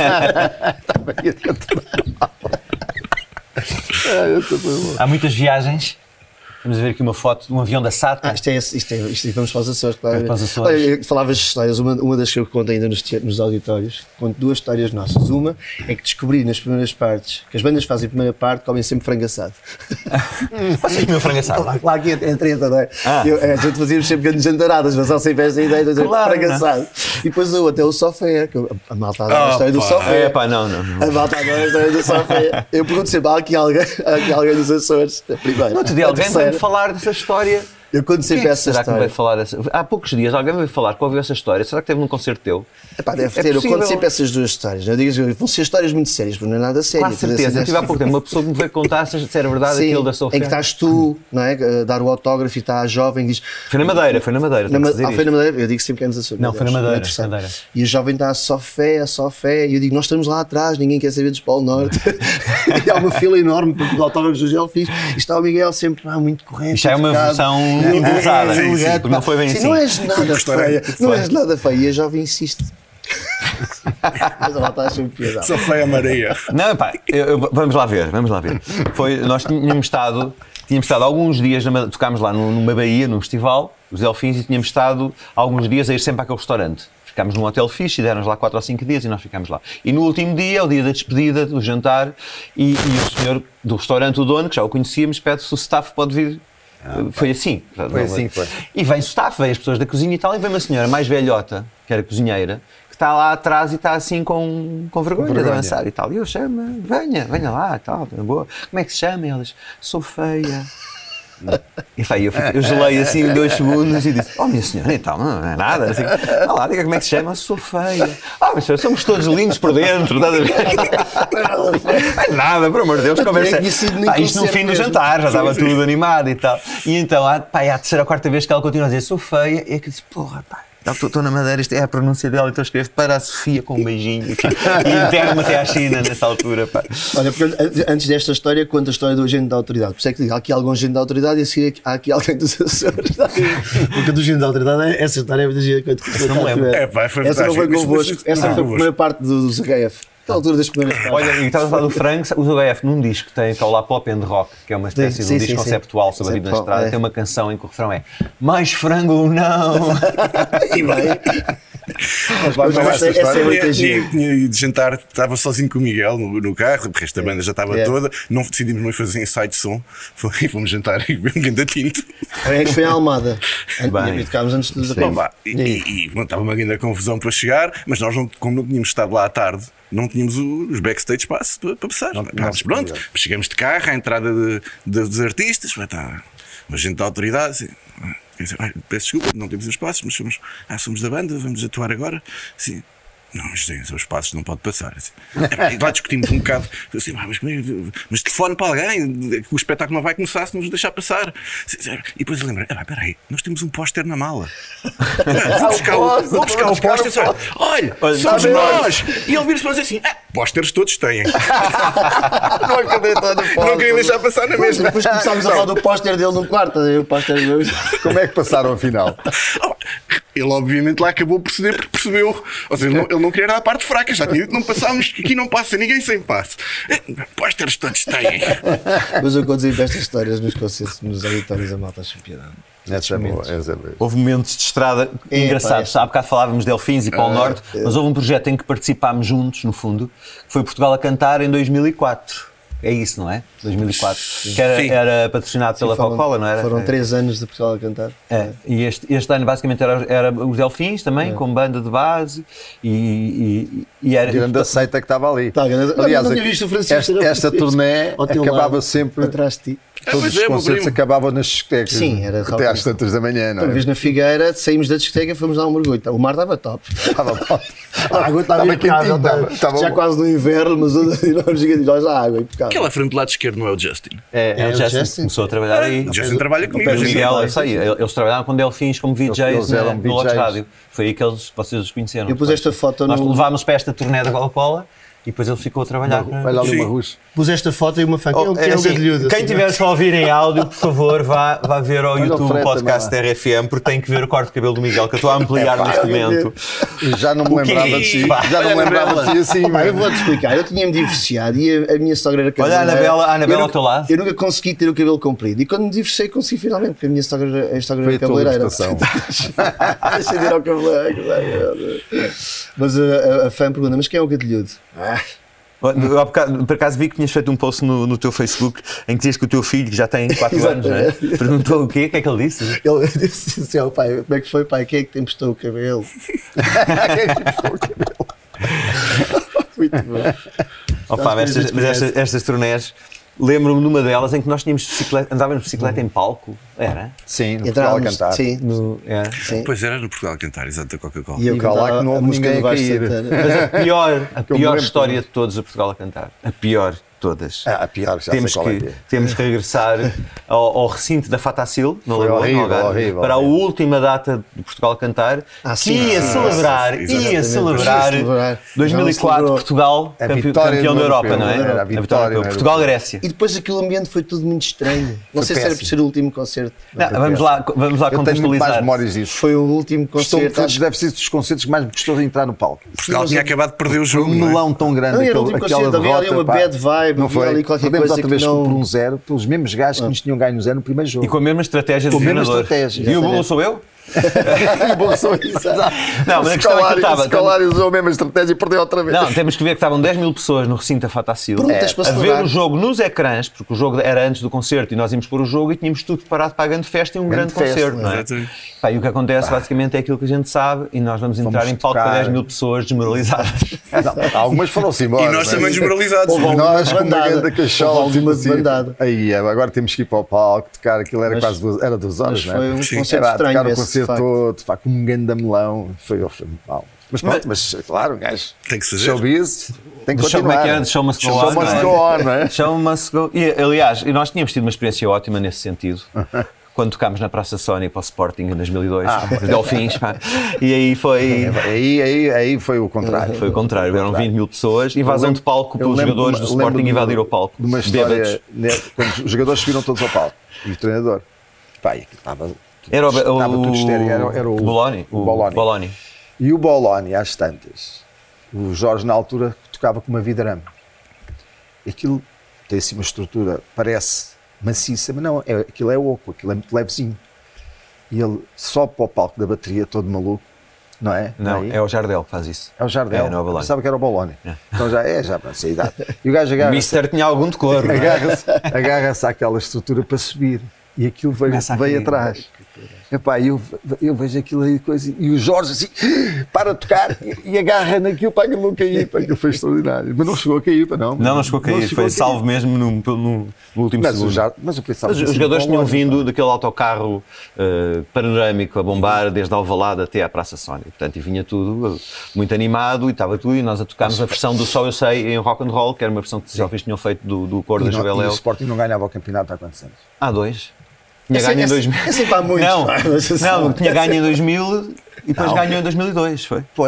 Há muitas viagens. Vamos ver aqui uma foto de um avião da SATA. Isto vamos para os Açores, claro. Vamos para os Açores. Olha, falavas de histórias, uma das que eu conto ainda nos auditórios, conto 2 histórias nossas. Uma é que descobri nas primeiras partes que as bandas que fazem a primeira parte comem sempre frango assado. Vocês comiam frango assado? Lá aqui entre essa, não é? Ah. A gente fazíamos sempre grandes jantaradas, mas só sempre esta ideia de Claro, frango não. assado. E depois até o sofé, que a malta adora a história do sofé. É pá, não. A malta adora a história do sofé. Eu pergunto sempre, há aqui alguém dos Açores? Primeiro. No outro dia A alguém terceira. veio falar dessa história. Eu conto sempre essa Será que me história. veio falar dessa? Há poucos dias alguém me veio falar que ouviu essa história. Será que teve num concerto teu? Epá, deve É ter, eu possível. conto sempre essas 2 histórias. Eu digo, vão ser histórias muito sérias, porque não é nada sério. Com certeza. Eu tive há pouco tempo uma pessoa que me veio contar se era verdade Sim, aquilo da Sofia. em que estás tu, não é? A dar o autógrafo e está a jovem e diz. Foi na Madeira. Tem que dizer Foi na isto. Madeira, eu digo sempre que é nos Açores. Não, meu foi na Deus, Madeira, é terceiro. Madeira. E a jovem está só fé, e eu digo, nós estamos lá atrás, ninguém quer saber dos Polo Norte. E há uma fila enorme para os autógrafos do Gelfish. E está o Miguel sempre muito correto. Isto já é uma versão improvisada. Sim, sim, Porque não foi bem assim. Não és nada feia, não és nada feia. E a jovem insiste. Mas ela está a achar piada. Só foi a Maria. Não, pá, vamos lá ver. Nós tínhamos estado alguns dias, tocámos lá numa baía, num festival, os Delfins, e tínhamos estado alguns dias a ir sempre àquele restaurante. Ficámos num hotel fixe e deram-nos lá 4 ou 5 dias e nós ficámos lá. E no último dia, o dia da despedida, do jantar, e o senhor do restaurante, o dono, que já o conhecíamos, pede se o staff pode vir. Foi assim. Foi. E vem o staff, vem as pessoas da cozinha e tal, e vem uma senhora mais velhota, que era cozinheira, que está lá atrás e está assim com vergonha de avançar e tal. E eu chamo, venha lá e tal, boa. Como é que se chama? E ela diz, sou feia. E pá, eu gelei assim 2 segundos e disse, oh minha senhora, então, não é nada. Assim, lá, diga como é que se chama, sou feia. Mas senhora, somos todos lindos por dentro, estás a ver? Não é nada, por amor de Deus, conversa. Isto no fim do jantar, já estava tudo animado e tal. E então, à 3ª ou 4ª vez que ela continua a dizer, sou feia, é que disse, porra, pá. Estou na Madeira, isto é a pronúncia dela, então escrevo para a Sofia com um beijinho. E interno até à China nessa altura. Pá. Olha, porque antes desta história, conta a história do agente da autoridade. Por isso é que digo, há aqui algum agente da autoridade e a seguir há aqui alguém dos Açores. Porque do agente da autoridade, essa história é muito gira. Não me lembro. Essa não foi convosco, essa foi a primeira parte dos HF. Na altura das primeiras partes. Olha, e estava a falar do Frank, o HF num disco tem aquela Pop and Rock, que é uma espécie de um disco conceptual sobre a vida na estrada, tem uma canção em que o refrão é mais frango ou não. E bem. Essa é muito gira. Tinha ido jantar, estava sozinho com o Miguel no carro, porque esta banda já estava toda, não decidimos muito fazer ensaio de som, e fomos jantar e beber um grande tinto. É que foi a Almada. E tocámos antes de e estava uma grande confusão para chegar, mas nós, como não tínhamos estado lá à tarde, não tínhamos os backstage pass para passar. Mas pronto, chegamos de carro à entrada dos artistas, uma gente da autoridade. Assim, peço desculpa, não temos os passos, mas somos da banda, vamos atuar agora. Assim, não, os passos não pode passar. Assim. Lá discutimos um bocado, assim, mas telefone para alguém, o espetáculo não vai começar se não nos deixar passar. E depois eu lembrei, peraí, nós temos um póster na mala. Vou buscar o póster. Olha, somos nós. E ele vira-se para dizer assim, pósteres todos têm. Não queria deixar passar na mesma. Depois começámos a falar do póster dele no quarto. O póster dele. Como é que passaram afinal? Ele obviamente lá acabou por ceder porque percebeu. Ou seja, ele não queria dar a parte fraca. Já tinha dito, não passámos, aqui não passa ninguém sem passo. Pósteres todos têm. Mas eu conto estas histórias nos concertos, nos auditórios, a malta achou piada. Essa é boa. Houve momentos de estrada engraçados. Há bocado falávamos de Delfins e Polo Norte, mas houve um projeto em que participámos juntos, no fundo, que foi Portugal a Cantar em 2004. É isso, não é? 2004. Que era patrocinado pela Coca-Cola, não era? Foram 3 anos de Portugal a Cantar. E este ano basicamente era os Delfins também, com banda de base e era... Grande aceita que estava ali. Aliás, não tinha visto o Francisco. Esta turnê acabava sempre... Atrás de ti. Todos os concertos acabavam nas discotecas. Sim, era até às tantas da manhã, não é? Uma vez na Figueira, saímos da discoteca e fomos dar um mergulho. O mar estava top. A água estava impecável. Já quase no inverno, mas nós a água impecável. Aquela frente do lado esquerdo não é o Justin? É o Justin. Começou a trabalhar aí. O Justin trabalha comigo. O Miguel, eu sei, eles trabalhavam com Delfins como VJs no Lotes Rádio. Foi aí que vocês os conheceram. Eu pus esta foto Nós levámos para esta turnê da Coca-Cola. E depois ele ficou a trabalhar. Olha ali uma Rus. Pus esta foto e uma fã. Quem tiver só a ouvir em áudio, por favor, vá ver ao YouTube o podcast da RFM, porque tem que ver o corte de cabelo do Miguel, que eu estou a ampliar neste momento. Já não me lembrava de ti. Já não me lembrava de ti assim. Eu vou-te explicar. Eu tinha-me divorciado e a minha sogra era cabeleireira. Olha a Anabela ao teu lado. Eu nunca consegui ter o cabelo comprido. E quando me divorciei, consegui finalmente, porque a minha sogra era cabeleireira. Deixa de ir ao cabeleireiro. Mas a fã pergunta: mas quem é o gatilhudo? Por acaso vi que tinhas feito um post no teu Facebook em que dizias que o teu filho, que já tem 4 anos, não é? Perguntou o quê? O que é que ele disse? Ele disse assim ao pai: como é que foi, pai? Quem é que te emprestou o cabelo? Quem é que te emprestou o cabelo? Muito bom. Mas estas turnés, lembro-me de uma delas em que nós tínhamos bicicleta, andávamos de bicicleta em palco. Era? Sim, no Portugal a Cantar. Sim. Sim. Pois era no Portugal a Cantar, exato, da Coca-Cola. E eu lá que não houve ninguém a cair. Mas a pior história de todos a Portugal a Cantar. A pior de todas. A pior, já temos que regressar ao recinto da Fatacil, no horrível, para a última data de Portugal a Cantar, que ia celebrar 2004 Portugal campeão da Europa, não é? A vitória. Portugal-Grécia. E depois aquele ambiente foi tudo muito estranho. Não sei se era por ser o último concerto. Vamos lá contextualizar. Eu tenho mais memórias disso. Foi o último concerto. Deve ser dos concertos que mais me gostou de entrar no palco. Portugal tinha acabado de perder o jogo. Um melão tão grande. Não era o último concerto, havia ali uma bad vibe. Não foi? Perdemos outra vez por 1-0, pelos mesmos gajos que nos tinham ganho no 0 no primeiro jogo. E com a mesma estratégia do treinador. E o bom sou eu? O bom sou eu. Não, mas a questão é que o Scolari usou a mesma estratégia e perdeu outra vez. Não, temos que ver que estavam 10 mil pessoas no recinto da Fatacil a ver o jogo nos ecrãs, porque o jogo era antes do concerto e nós íamos pôr o jogo e tínhamos tudo preparado para a grande festa e um grande concerto. Não é? E o que acontece basicamente é aquilo que a gente sabe e nós vamos entrar em palco para 10 mil pessoas desmoralizadas. Algumas foram-se embora. E nós também desmoralizados. Nós com uma grande cachola. Aí agora temos que ir para o palco, tocar aquilo, era quase 2 horas, não é? Foi um concerto estranho. Tocar o concerto todo, com um grande melão, foi mal. Mas pronto, mas claro, gajo. Tem que ser. Showbiz, tem que continuar. Show must go on, não é? Show must go. E, aliás, nós tínhamos tido uma experiência ótima nesse sentido. quando tocámos na Praça Sónia para o Sporting em 2002, os Delfins, pá. E aí foi... Aí foi o contrário. Foi o contrário, eram 20 mil pessoas, invasão de palco pelos jogadores do Sporting invadiram o palco. De uma história, quando os jogadores subiram todos ao palco, e o treinador, pá, e estava tudo estéril, era o Boloni. E o Boloni, às tantas, o Jorge na altura tocava com uma vidrame. Aquilo tem assim uma estrutura, parece maciça, mas não, aquilo é oco, aquilo é muito levezinho. E ele sobe para o palco da bateria, todo maluco, não é? Não, é o Jardel que faz isso. É o Jardel, não é o Boloni. Pensava que era o Boloni. Então já para essa idade. E o gajo O Mister tinha algum decoro. agarra-se àquela estrutura para subir e aquilo veio atrás. Epá, eu vejo aquilo aí, coisa, e o Jorge assim, para de tocar e agarra naquilo para que não cair. Aquilo foi extraordinário. Mas não chegou a cair, para não. Não chegou a cair, foi salvo mesmo no último segundo. Mas eu pensava os jogadores tinham vindo daquele autocarro panorâmico a bombar desde Alvalade até à Praça Sónia. Portanto, e vinha tudo muito animado e estava tudo, e nós a tocámos a versão do Só Eu Sei em rock and roll, que era uma versão que os Delfins tinham feito do Cor da Juveléu. E o Sporting não ganhava o campeonato há quantos anos? Há 2. Tinha ganho em 2000. É sempre há muitos. Não, tinha ganho em 2000 e depois ganhou em 2002.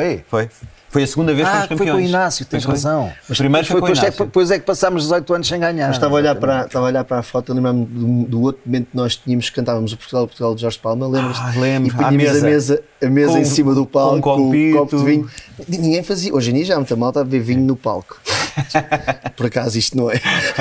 Foi a segunda vez que fomos campeões. Foi com o Inácio, tens razão. Mas primeiro foi com o Inácio. Depois é que passámos 18 anos sem ganhar. Mas estava a olhar para a foto, lembro-me do outro momento que nós tínhamos, cantávamos o Portugal de Jorge Palma, lembras-te? Lembro. E punhamos a mesa em cima do palco, com um copo de vinho. Ninguém fazia. Hoje em dia já há muita malta a beber vinho no palco. Por acaso isto não é.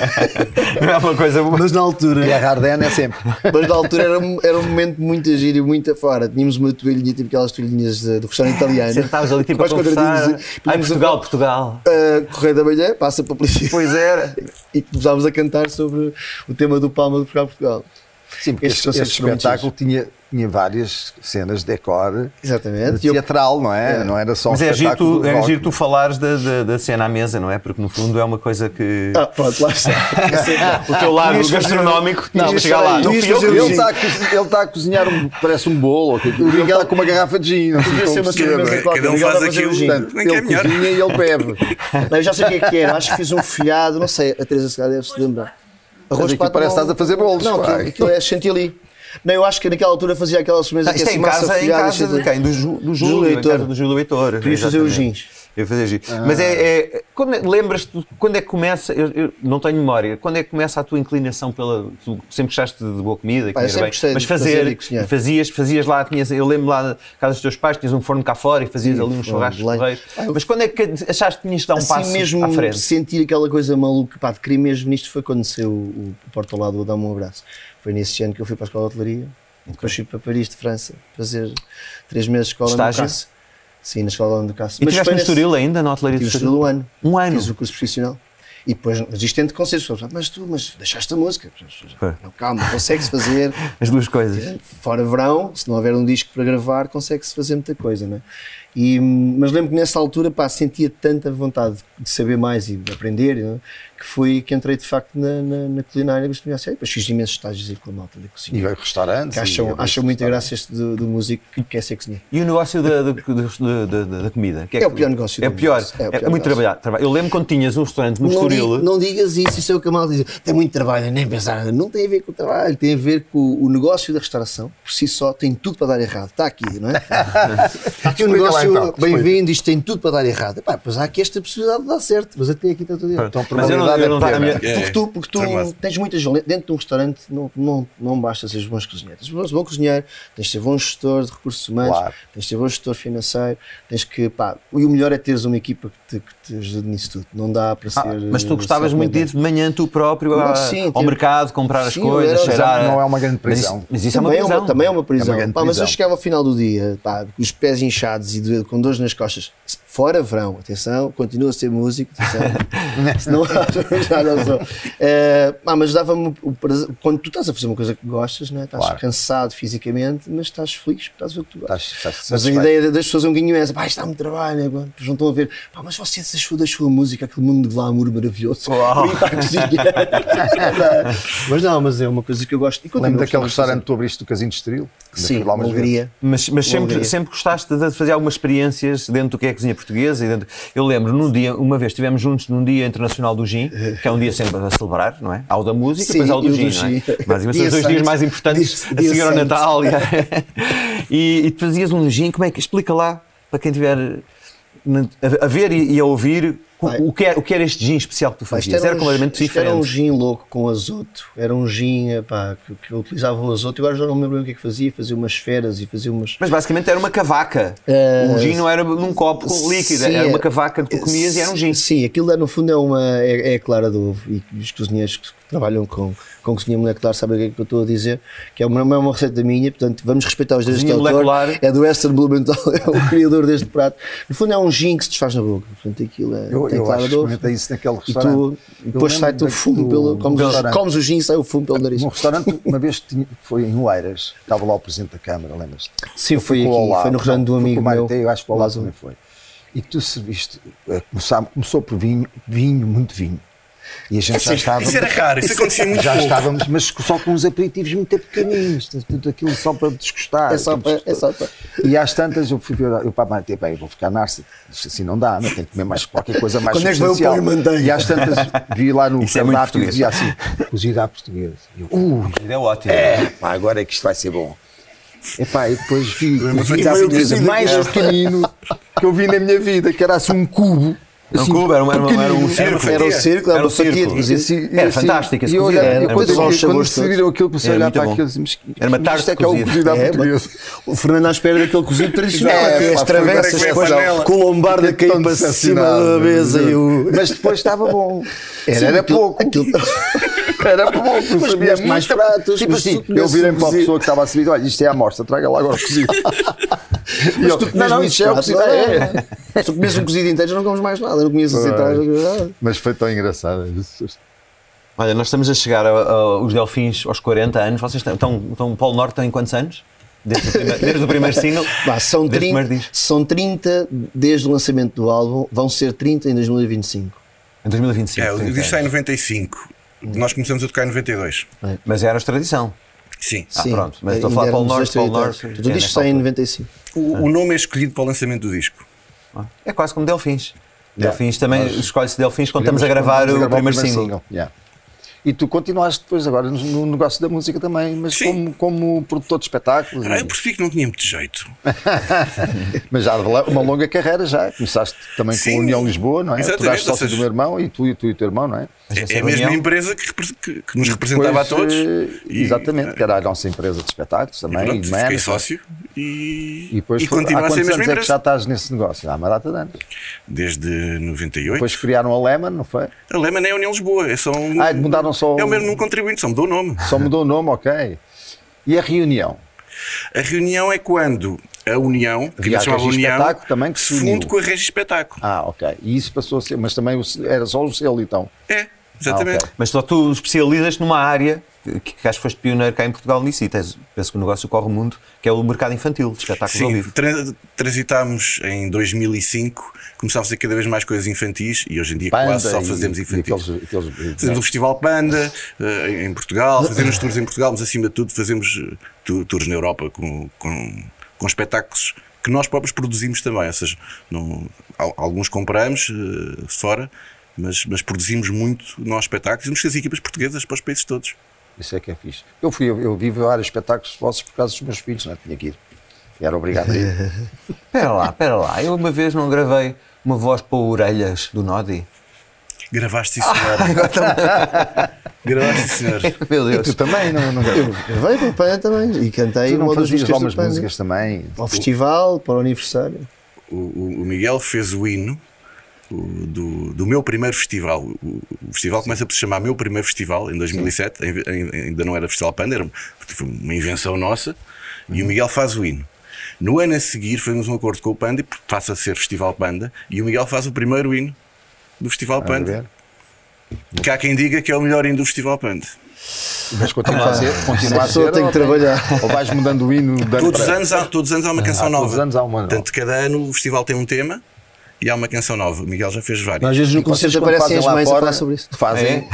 Não é uma coisa boa. Mas na altura. E a Hardena é sempre. Mas na altura era um momento muito giro e muito afora. Tínhamos uma toalhinha, tipo aquelas toalhinhas do restaurante italiano. Sentávamos ali tipo a conversar. Portugal. Correio da Manhã, passa para a polícia. Pois era. E começámos a cantar sobre o tema do Palma de Portugal. Sim, porque este espetáculo tinha várias cenas de decor. Exatamente. Teatral, não é? Não era só um espetáculo. Mas é giro tu falares da cena à mesa, não é? Porque no fundo é uma coisa que... Pronto, lá está. O teu lado gastronómico tinha que chegar lá. Ele está a cozinhar, parece um bolo. O Miguel está com uma garrafa de gin. Cada um faz aquilo. Ele cozinha e ele bebe. Eu já sei o que era. Acho que fiz um folhado, não sei, a Teresa Segar deve-se lembrar. Arroz para parece que estás a fazer bolos. Não, aquilo é chantilly. Não, eu acho que naquela altura fazia aquela sobremesa que é massa em casa de quem? Do Júlio Heitor. Devias fazer os gins. Eu fazia gin. Mas lembras-te quando é que começa, eu não tenho memória, quando é que começa a tua inclinação pela... Tu sempre gostaste de boa comida, mas fazias lá, eu lembro lá na casa dos teus pais, tinhas um forno cá fora e fazias ali uns churrascos porreiros. Mas quando é que achaste que tinhas de dar um passo mesmo à frente? Sentir aquela coisa maluca, de querer mesmo nisto foi quando saiu o Porto ao lado, vou dar um abraço. Foi nesse ano que eu fui para a escola de hotelaria, depois fui para Paris de França, fazer 3 meses de escola no Cássio. Sim, na escola do Cássio. E estiveste no Estoril ainda, na hotelaria do Estoril? Um ano. Um ano? Fiz o curso profissional. E depois, resistente de conselhos, mas deixaste a música. Não, calma, consegue-se fazer. As duas coisas. Fora verão, se não houver um disco para gravar, consegue-se fazer muita coisa, não é? Mas lembro que nessa altura, sentia tanta vontade de saber mais e de aprender, não é? Que entrei de facto na culinária gastronomia. Depois fiz imensos estágios aí com a malta da cozinha. E restaurantes. Acham muita graça este do músico que quer ser cozinheiro. E o negócio da comida? É o pior negócio. É o pior. É muito trabalhado. Eu lembro quando tinhas um restaurante no Estoril. Não digas isso é o que a malta diz. Tem muito trabalho, nem pensar. Não tem a ver com o trabalho, tem a ver com o negócio da restauração. Por si só, tem tudo para dar errado. Está aqui, não é? Está aqui um negócio bem-vindo, isto tem tudo para dar errado. Pois há aqui esta possibilidade de dar certo, mas até aqui está tudo errado. Porque tu tens muitas. Dentro de um restaurante não basta seres bons cozinheiros. Tens de ser bom cozinheiro, tens de ser bom gestor de recursos humanos, tens de ser bom gestor financeiro, tens que. E o melhor é teres uma equipa que te ajude nisso tudo. Não dá para ser. Mas tu gostavas muito de ir de manhã tu próprio ao mercado, comprar as coisas, cheirar. Não é uma grande prisão. Mas isso é uma prisão. Também é uma prisão. Mas eu chegava ao final do dia, com os pés inchados e com dores nas costas. Fora verão, atenção, continua a ser músico, atenção. Já não sou. Mas dava-me o prazer. Quando tu estás a fazer uma coisa que gostas, não é? Estás cansado fisicamente, mas estás feliz porque estás a ver o que tu gostas. Mas a ideia das pessoas é um guinho isto dá muito trabalho, não estão a ver. Mas você deixou a música, aquele mundo de glamour maravilhoso. Mas é uma coisa que eu gosto. Lembro daquele restaurante que tu abriste do Casino de Estoril? Sim, Alegria. Mas sempre gostaste de fazer algumas experiências dentro do que é a cozinha portuguesa. Eu lembro, uma vez estivemos juntos num dia internacional do gin, gin, que é um dia sempre a celebrar, não é? Há o da música, Sim, depois há o do e o gin, do não é? gin. Basicamente são os 2 dias mais importantes a Dia seguir ao santo. Natal. E tu fazias um gin, como é que explica lá para quem estiver a ver e a ouvir o que era este gin especial que tu fazias? Era completamente diferente. Era um gin louco com azoto, era um gin que eu utilizava o azoto, agora já não me lembro bem o que é que fazia uma esferas e fazia umas... Mas basicamente era uma cavaca. O gin não era num copo com líquido, sim, era uma cavaca que tu comias e era um gin. Sim, aquilo no fundo é a clara de ovo, e os cozinheiros que trabalham com cozinha molecular sabem o que é que eu estou a dizer, que é uma receita minha, portanto vamos respeitar os direitos de autor. Molecular. É do Esther Blumenthal, é o criador deste prato. No fundo é um gin que se desfaz na boca, portanto aquilo tem Eu clara acho de que ovo. experimentei isso naquele E restaurante. depois sai-te o fumo pelo... Comes o gin e sai o fumo pelo nariz. Um restaurante, uma vez foi em Oeiras, estava lá o Presidente da Câmara, lembras-te? Sim, foi Com o aqui, Olá, foi no restaurante do fui amigo com o Mário meu. T, eu acho que o Olá também foi. E tu serviste, começou por vinho, muito vinho. E a gente já estava. Isso era raro, isso acontecia muito Já pouco. estávamos, mas só com uns aperitivos muito pequeninos, tudo aquilo só para desgostar. É só para... E às tantas eu fui ver, eu para Mário T, bem, eu vou ficar narciso, assim não dá, não tenho que comer mais qualquer coisa mais Quando é que vai o substancial. pão e manteiga? E às tantas vi lá no Isso é muito cardápio e português. dizia assim, cozido à portuguesa. E eu, É ótimo. pá, agora é que isto vai ser bom. Epá, e depois vi a veio o portuguesa cozido mais pequenino que eu vi na minha vida, que era assim um cubo. Não, assim, Cuba, era um pequenino. círculo. Era o círculo, era Era uma o fatia de círculo. cozido. Era fantástico esse E eu cozido. olhei, Era quando muito bom. quando serviram aquilo, comecei a Era olhar muito para bom. aquilo e disse, mas Era uma tarte isto é que é o cozida. cozido à É, portuguesa. O Fernando à espera daquele cozido tradicional, É, que é as pá, travessas, foi depois panela. com o lombardo a cair Tão para cima decepcionado, da mesa e o... Mas depois estava bom. Sim, Era aquilo- pouco. aquilo- Era pouco. Mas Sabia comeste mais muito. pratos, Tipo mas assim, tu comeste eu virei para a cozido. pessoa que estava a servir, olha, isto é a amostra, traga lá agora o cozido. E eu, não, isto é o cozido. Se tu comes um cozido inteiro, já não comes mais nada. Não comias assim atrás. Mas foi tão engraçado. Olha, nós estamos a chegar aos Delfins aos 40 anos. Vocês estão o Polo Norte tem quantos anos? Desde o primeiro single? São Desde o primeiro 30, disco? são 30 desde o lançamento do álbum, vão ser 30 em 2025. Em 2025. O disco está em 95. Nós começamos a tocar em 92. Mas era a tradição. Sim. Ah, pronto. Mas estou a falar Polo Norte, Polo Norte. Tudo isto sai em 95. O nome é escolhido para o lançamento do disco. É quase como Delfins. Yeah. Delfins também, Nós escolhe-se Delfins quando estamos a gravar o primeiro single. Yeah. E tu continuaste depois agora no negócio da música também, mas Sim. como produtor de espetáculos. Eu percebi que não tinha muito jeito. Mas já uma longa carreira já. Começaste também com Sim. a União Lisboa, não é? Tu Exatamente, eras sócio ou seja- do meu irmão e tu e o teu irmão, não é? É a mesma União. empresa que nos representava a Depois, todos. Exatamente, que era a nossa empresa de espetáculos E também. pronto, e de fiquei management. sócio e E depois há continua a ser a quantos mesma anos é que empresa. já estás nesse negócio? Há uma data de anos. Desde 98. Depois criaram a Lehman, não foi? A Lema nem é a União Lisboa. É só um, Mudaram só. É o mesmo contribuinte, só mudou o nome. Só mudou o nome, ok. E a reunião? A reunião é quando a União, que Havia ainda se a chamava Regi União, Espetáculo também que se se funde uniu. com a Regi Espetáculo. Ah, ok. E isso passou a ser. Mas também era só o selo então. É, exatamente. ok. Mas só tu especializas numa área que acho que foste pioneiro cá em Portugal nisso e penso que o negócio corre o mundo, que é o mercado infantil, de espetáculos ao Sim, vivo. transitámos em 2005, começámos a fazer cada vez mais coisas infantis e hoje em dia Panda quase só e- fazemos e infantis. Fazemos o aqueles Festival Panda em Portugal, fazemos tours em Portugal, mas acima de tudo fazemos tours na Europa com espetáculos que nós próprios produzimos também. Ou seja, alguns compramos fora, mas produzimos muito nós espetáculos e temos as equipas portuguesas para os países todos. Isso é que é fixe. Eu vi vários espetáculos vossos por causa dos meus filhos, não é? Tinha que ir. E era obrigado a ir. Espera lá. Eu uma vez não gravei uma voz para o Orelhas do Nodi. Gravaste, sim, senhor. Gravaste, sim, senhor. Meu E Deus. tu também, não Veio para o Panda também e cantei Tu não uma das fazias músicas umas do Panda. músicas também. Ao festival, para o aniversário. O Miguel fez o hino do meu primeiro festival. O festival começa por se chamar Meu Primeiro Festival, em 2007. Ainda não era Festival Panda, foi uma invenção nossa. E o Miguel faz o hino. No ano a seguir, fazemos um acordo com o Panda e passa a ser Festival Panda. E o Miguel faz o primeiro hino do Festival Panda. Que há quem diga que é o melhor hino do Festival Panda. Mas continua a ser. A pessoa tem que trabalhar. Ou vais mudando o hino. de ano Todos os para- anos há uma canção nova. Todos os anos há uma nova. Portanto, cada ano o festival tem um tema e há uma canção nova. O Miguel já fez várias. Às vezes no Vocês, concerto quando aparecem fazem as lá mães a fora, falar sobre isso. Fazem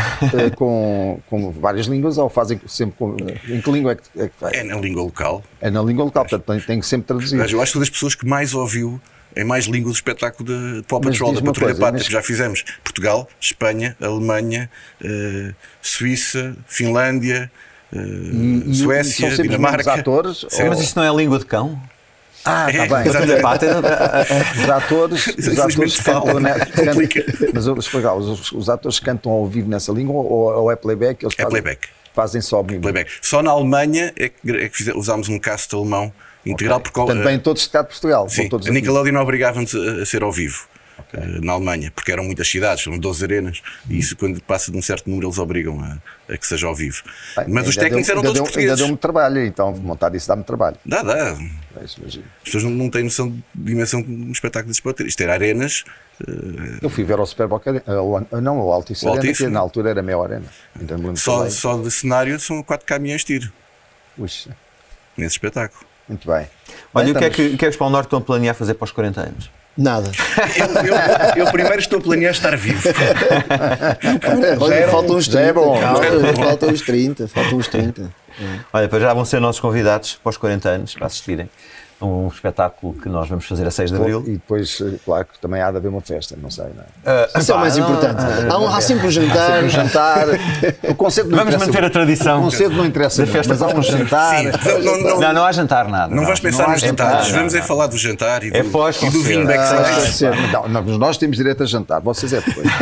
com várias línguas ou fazem sempre com. Em que língua é que faz? É na língua local. É na língua local, portanto tem que sempre traduzir. Mas eu acho que uma das pessoas que mais ouviu em mais línguas o espetáculo de Paw Mas Patrol, da diz-me uma Patrulha coisa, Pata, mas- que já fizemos. Portugal, Espanha, Alemanha, Suíça, Finlândia, E Suécia, são sempre os Dinamarca. mesmos atores? Certo. Mas isso não é a língua de cão? Ah, está bem. exatamente. Pata, Os atores Infelizmente cantam, falam, né, complica. mas eu vou explicar, os atores cantam ao vivo nessa língua ou é playback? Eles É playback. Fazem só mimo. Playback. Só na Alemanha é que usámos um cast alemão integral, porque Portanto, vêm todos de cá de Portugal. sim, vão todos a aqui. Nickelodeon obrigava-nos a ser ao vivo. Na Alemanha, porque eram muitas cidades, são 12 arenas, e isso, quando passa de um certo número, eles obrigam a que seja ao vivo. Bem, Mas os ainda técnicos deu- eram ainda todos deu- portugueses. Ainda deu-me trabalho, então montar isso dá-me trabalho. Dá. É isso, imagino. As pessoas não têm noção de dimensão que um espetáculo desses pode ter. Isto era arenas. Eu fui ver ao Superboc, não, o Altice Arena, Altice, que né? na altura era meia arena. Ainda me lembro Só, bem. só de cenário são 4 caminhões de tiro Puxa, nesse espetáculo. muito bem. Olha, Bem, o que é que os Pau Norte estão a planear fazer para os 40 anos? Nada. Eu primeiro estou a planear estar vivo. Olha, faltam uns 30. já é bom. Calma, faltam uns 30. Faltam uns 30. Olha, para já vão ser nossos convidados para os 40 anos, para assistirem a um espetáculo que nós vamos fazer a 6 de Abril. E depois, claro que também há de haver uma festa, não sei, não é? Isso é o mais importante. Há sempre um jantar. Um jantar. O conceito não Vamos interessa. manter a tradição O conceito não interessa, da festa mas há um para os jantar. Sim, Não há jantar nada. Não vais pensar não há nos jantares. jantar, Vamos não, é falar do jantar e do, É pós e do vinho concerto. backstage. Não, nós temos direito a jantar, vocês é depois.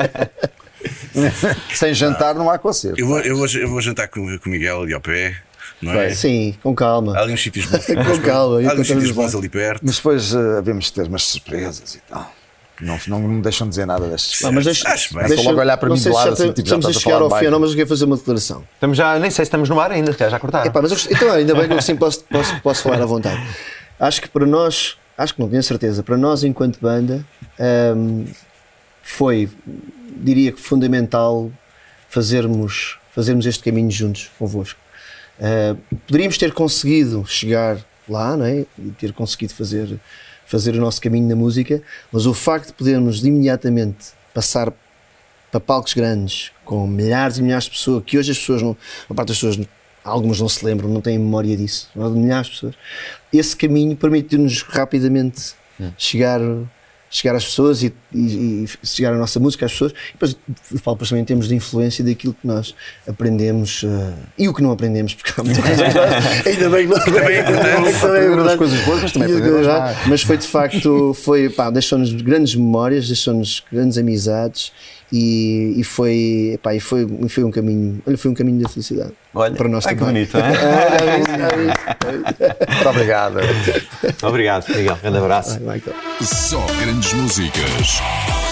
Sem jantar não há concerto. Eu vou jantar com o Miguel ali ao pé, não é? Sim, com calma. Há ali uns sítios bons. Com calma, Há ali uns contamos sítios bons bem. ali perto. Mas depois havemos de ter umas surpresas e tal. Não me deixam dizer nada destas Não, mas deixa, Acho bem. Só logo olhar para não mim sei de se lado, já assim, tipo, já estamos a estás a chegar falar ao fim, baixo. não, mas eu quero fazer uma declaração. Estamos já, nem sei se estamos no ar ainda, se calhar já cortaram. Epá, mas então, ainda bem que eu assim posso falar à vontade. Acho que para nós, acho que não tenho certeza, para nós enquanto banda, foi, diria que fundamental fazermos este caminho juntos convosco. Poderíamos ter conseguido chegar lá, não é? E ter conseguido fazer o nosso caminho na música, mas o facto de podermos de imediatamente passar para palcos grandes com milhares e milhares de pessoas, que hoje as pessoas não, a parte das pessoas, algumas não se lembram, não têm memória disso, mas milhares de pessoas, esse caminho permitiu-nos rapidamente chegar às pessoas e chegar a nossa música às pessoas. E depois falo também em termos de influência daquilo que nós aprendemos e o que não aprendemos, porque há muitas coisas ainda bem que também é Aprendemos coisas boas, mas também aprendemos mais. mas foi de facto, deixou-nos grandes memórias, deixou-nos grandes amizades e foi um caminho, olha, foi um caminho da felicidade. Olha, para nós que também. bonito, não é? Muito obrigado. Obrigado, Miguel. Grande abraço. Vai, Michael. Só grandes músicas.